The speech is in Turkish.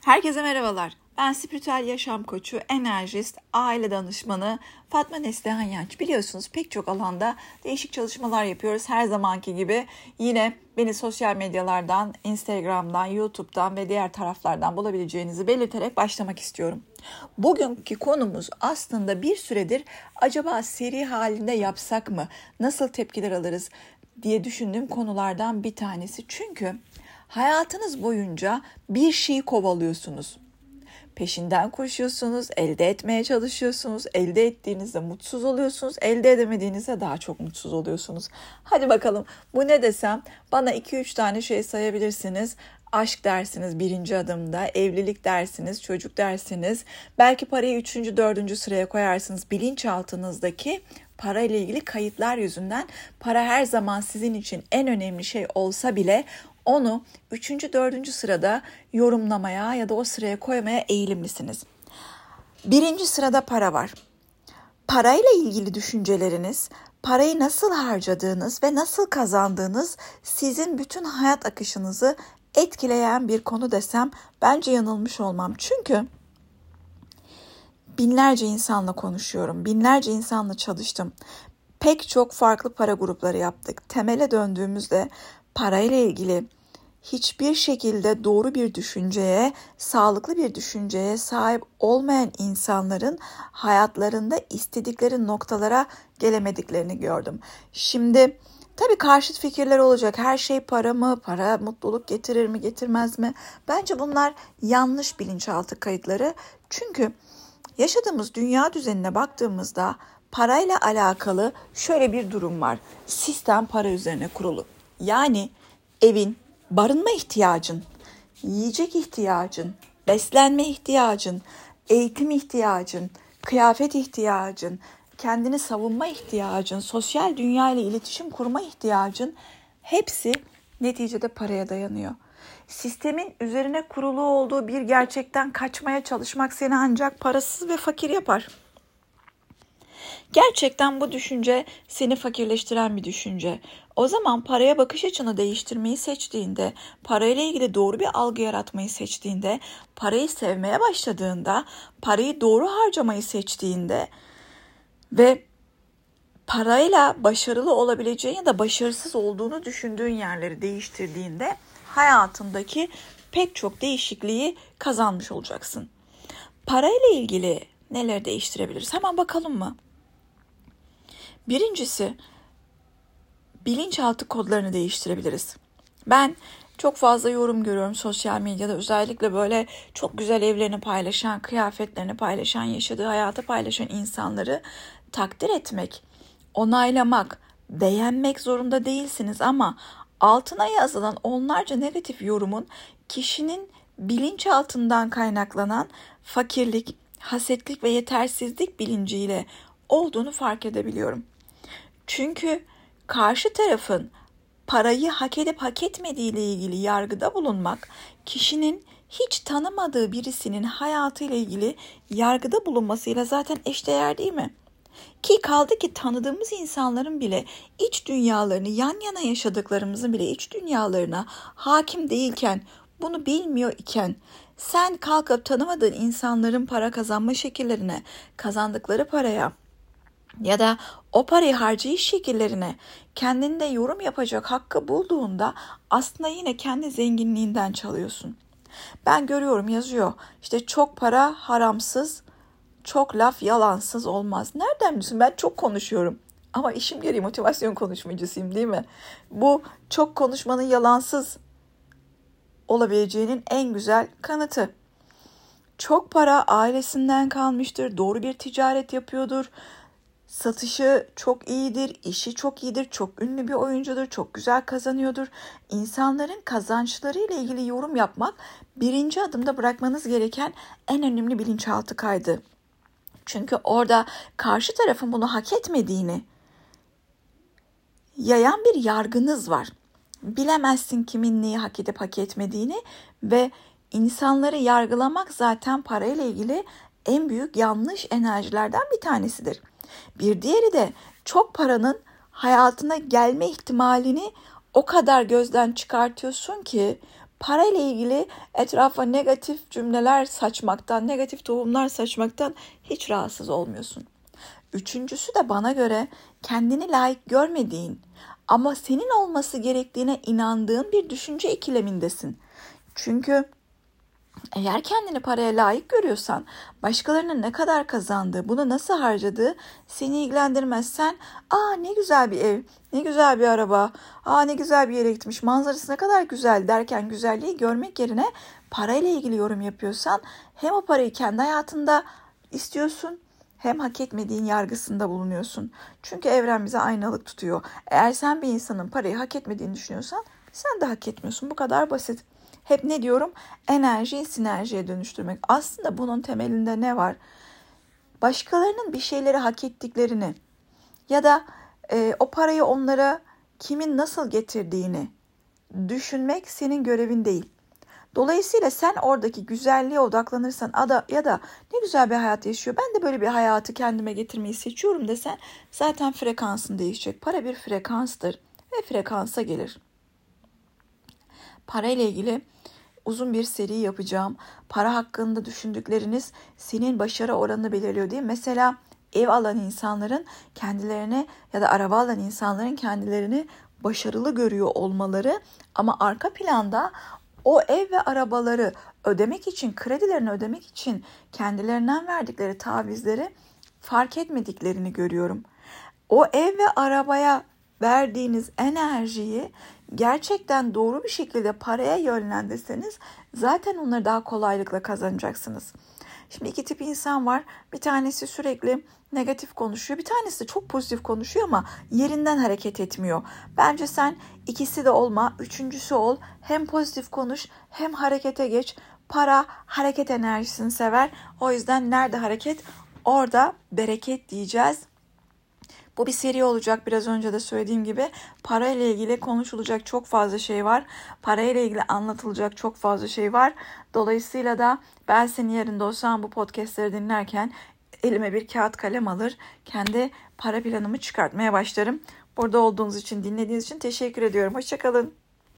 Herkese merhabalar. Ben spiritüel yaşam koçu, enerjist, aile danışmanı Fatma Neslihan Yanç. Biliyorsunuz pek çok alanda değişik çalışmalar yapıyoruz. Her zamanki gibi yine beni sosyal medyalardan, Instagram'dan, YouTube'dan ve diğer taraflardan bulabileceğinizi belirterek başlamak istiyorum. Bugünkü konumuz aslında bir süredir acaba seri halinde yapsak mı, nasıl tepkiler alırız diye düşündüğüm konulardan bir tanesi. Çünkü hayatınız boyunca bir şeyi kovalıyorsunuz. Peşinden koşuyorsunuz, elde etmeye çalışıyorsunuz. Elde ettiğinizde mutsuz oluyorsunuz, elde edemediğinizde daha çok mutsuz oluyorsunuz. Hadi bakalım bu ne desem bana 2-3 tane şey sayabilirsiniz. Aşk dersiniz birinci adımda, evlilik dersiniz, çocuk dersiniz. Belki parayı 3. 4. sıraya koyarsınız. Bilinçaltınızdaki parayla ilgili kayıtlar yüzünden para her zaman sizin için en önemli şey olsa bile onu 3. 4. sırada yorumlamaya ya da o sıraya koymaya eğilimlisiniz. 1. sırada para var. Parayla ilgili düşünceleriniz, parayı nasıl harcadığınız ve nasıl kazandığınız sizin bütün hayat akışınızı etkileyen bir konu desem bence yanılmış olmam. Çünkü binlerce insanla konuşuyorum, binlerce insanla çalıştım. Pek çok farklı para grupları yaptık. Temele döndüğümüzde parayla ilgili hiçbir şekilde doğru bir düşünceye, sağlıklı bir düşünceye sahip olmayan insanların hayatlarında istedikleri noktalara gelemediklerini gördüm. Şimdi tabii karşıt fikirler olacak. Her şey para mı? Para mutluluk getirir mi, getirmez mi? Bence bunlar yanlış bilinçaltı kayıtları. Çünkü yaşadığımız dünya düzenine baktığımızda parayla alakalı şöyle bir durum var. Sistem para üzerine kurulu. Yani evin, barınma ihtiyacın, yiyecek ihtiyacın, beslenme ihtiyacın, eğitim ihtiyacın, kıyafet ihtiyacın, kendini savunma ihtiyacın, sosyal dünya ile iletişim kurma ihtiyacın hepsi neticede paraya dayanıyor. Sistemin üzerine kurulu olduğu bir gerçekten kaçmaya çalışmak seni ancak parasız ve fakir yapar. Gerçekten bu düşünce seni fakirleştiren bir düşünce. O zaman paraya bakış açını değiştirmeyi seçtiğinde, parayla ilgili doğru bir algı yaratmayı seçtiğinde, parayı sevmeye başladığında, parayı doğru harcamayı seçtiğinde ve parayla başarılı olabileceğin ya da başarısız olduğunu düşündüğün yerleri değiştirdiğinde hayatındaki pek çok değişikliği kazanmış olacaksın. Parayla ilgili neler değiştirebiliriz? Hemen bakalım mı? Birincisi, bilinçaltı kodlarını değiştirebiliriz. Ben çok fazla yorum görüyorum sosyal medyada, özellikle böyle çok güzel evlerini paylaşan, kıyafetlerini paylaşan, yaşadığı hayatı paylaşan insanları takdir etmek, onaylamak, beğenmek zorunda değilsiniz ama altına yazılan onlarca negatif yorumun kişinin bilinçaltından kaynaklanan fakirlik, hasetlik ve yetersizlik bilinciyle olduğunu fark edebiliyorum. Çünkü karşı tarafın parayı hak edip hak etmediği ile ilgili yargıda bulunmak, kişinin hiç tanımadığı birisinin hayatıyla ilgili yargıda bulunmasıyla zaten eşdeğer değil mi? Ki kaldı ki tanıdığımız insanların bile iç dünyalarını, yan yana yaşadıklarımızın bile iç dünyalarına hakim değilken, bunu bilmiyor iken, sen kalkıp tanımadığın insanların para kazanma şekillerine, kazandıkları paraya ya da o parayı harcayış şekillerine kendinde yorum yapacak hakkı bulduğunda aslında yine kendi zenginliğinden çalıyorsun. Ben görüyorum, yazıyor işte çok para haramsız, çok laf yalansız olmaz. Nereden biliyorsun? Ben çok konuşuyorum. Ama işim gereği motivasyon konuşmacısıyım değil mi? Bu çok konuşmanın yalansız olabileceğinin en güzel kanıtı. Çok para ailesinden kalmıştır, doğru bir ticaret yapıyordur, satışı çok iyidir, işi çok iyidir, çok ünlü bir oyuncudur, çok güzel kazanıyordur. İnsanların kazançları ile ilgili yorum yapmak birinci adımda bırakmanız gereken en önemli bilinçaltı kaydı. Çünkü orada karşı tarafın bunu hak etmediğini yayan bir yargınız var. Bilemezsin kimin neyi hak edip hak etmediğini ve insanları yargılamak zaten parayla ilgili en büyük yanlış enerjilerden bir tanesidir. Bir diğeri de çok paranın hayatına gelme ihtimalini o kadar gözden çıkartıyorsun ki parayla ilgili etrafa negatif cümleler saçmaktan, negatif tohumlar saçmaktan hiç rahatsız olmuyorsun. Üçüncüsü de bana göre kendini layık görmediğin ama senin olması gerektiğine inandığın bir düşünce ikilemindesin. Çünkü eğer kendini paraya layık görüyorsan, başkalarının ne kadar kazandığı, bunu nasıl harcadığı seni ilgilendirmez. Sen, ne güzel bir ev, ne güzel bir araba, ne güzel bir yere gitmiş, manzarası ne kadar güzel derken güzelliği görmek yerine parayla ilgili yorum yapıyorsan, hem o parayı kendi hayatında istiyorsun, hem hak etmediğin yargısında bulunuyorsun. Çünkü evren bize aynalık tutuyor. Eğer sen bir insanın parayı hak etmediğini düşünüyorsan, sen de hak etmiyorsun. Bu kadar basit. Hep ne diyorum? Enerjiyi sinerjiye dönüştürmek. Aslında bunun temelinde ne var? Başkalarının bir şeyleri hak ettiklerini ya da o parayı onlara kimin nasıl getirdiğini düşünmek senin görevin değil. Dolayısıyla sen oradaki güzelliğe odaklanırsan ya da ne güzel bir hayat yaşıyor, ben de böyle bir hayatı kendime getirmeyi seçiyorum desen, zaten frekansın değişecek. Para bir frekanstır ve frekansa gelir. Parayla ilgili uzun bir seri yapacağım. Para hakkında düşündükleriniz senin başarı oranını belirliyor değil mi? Mesela ev alan insanların kendilerini ya da araba alan insanların kendilerini başarılı görüyor olmaları, ama arka planda o ev ve arabaları ödemek için, kredilerini ödemek için kendilerinden verdikleri tavizleri fark etmediklerini görüyorum. O ev ve arabaya verdiğiniz enerjiyi gerçekten doğru bir şekilde paraya yönlendirseniz zaten onları daha kolaylıkla kazanacaksınız. Şimdi iki tip insan var. Bir tanesi sürekli negatif konuşuyor. Bir tanesi de çok pozitif konuşuyor ama yerinden hareket etmiyor. Bence sen ikisi de olma. Üçüncüsü ol. Hem pozitif konuş hem harekete geç. Para hareket enerjisini sever. O yüzden nerede hareket orada bereket diyeceğiz. Bu bir seri olacak. Biraz önce de söylediğim gibi parayla ilgili konuşulacak çok fazla şey var. Parayla ilgili anlatılacak çok fazla şey var. Dolayısıyla da ben senin yerinde olsam bu podcastleri dinlerken elime bir kağıt kalem alır, kendi para planımı çıkartmaya başlarım. Burada olduğunuz için, dinlediğiniz için teşekkür ediyorum. Hoşça kalın.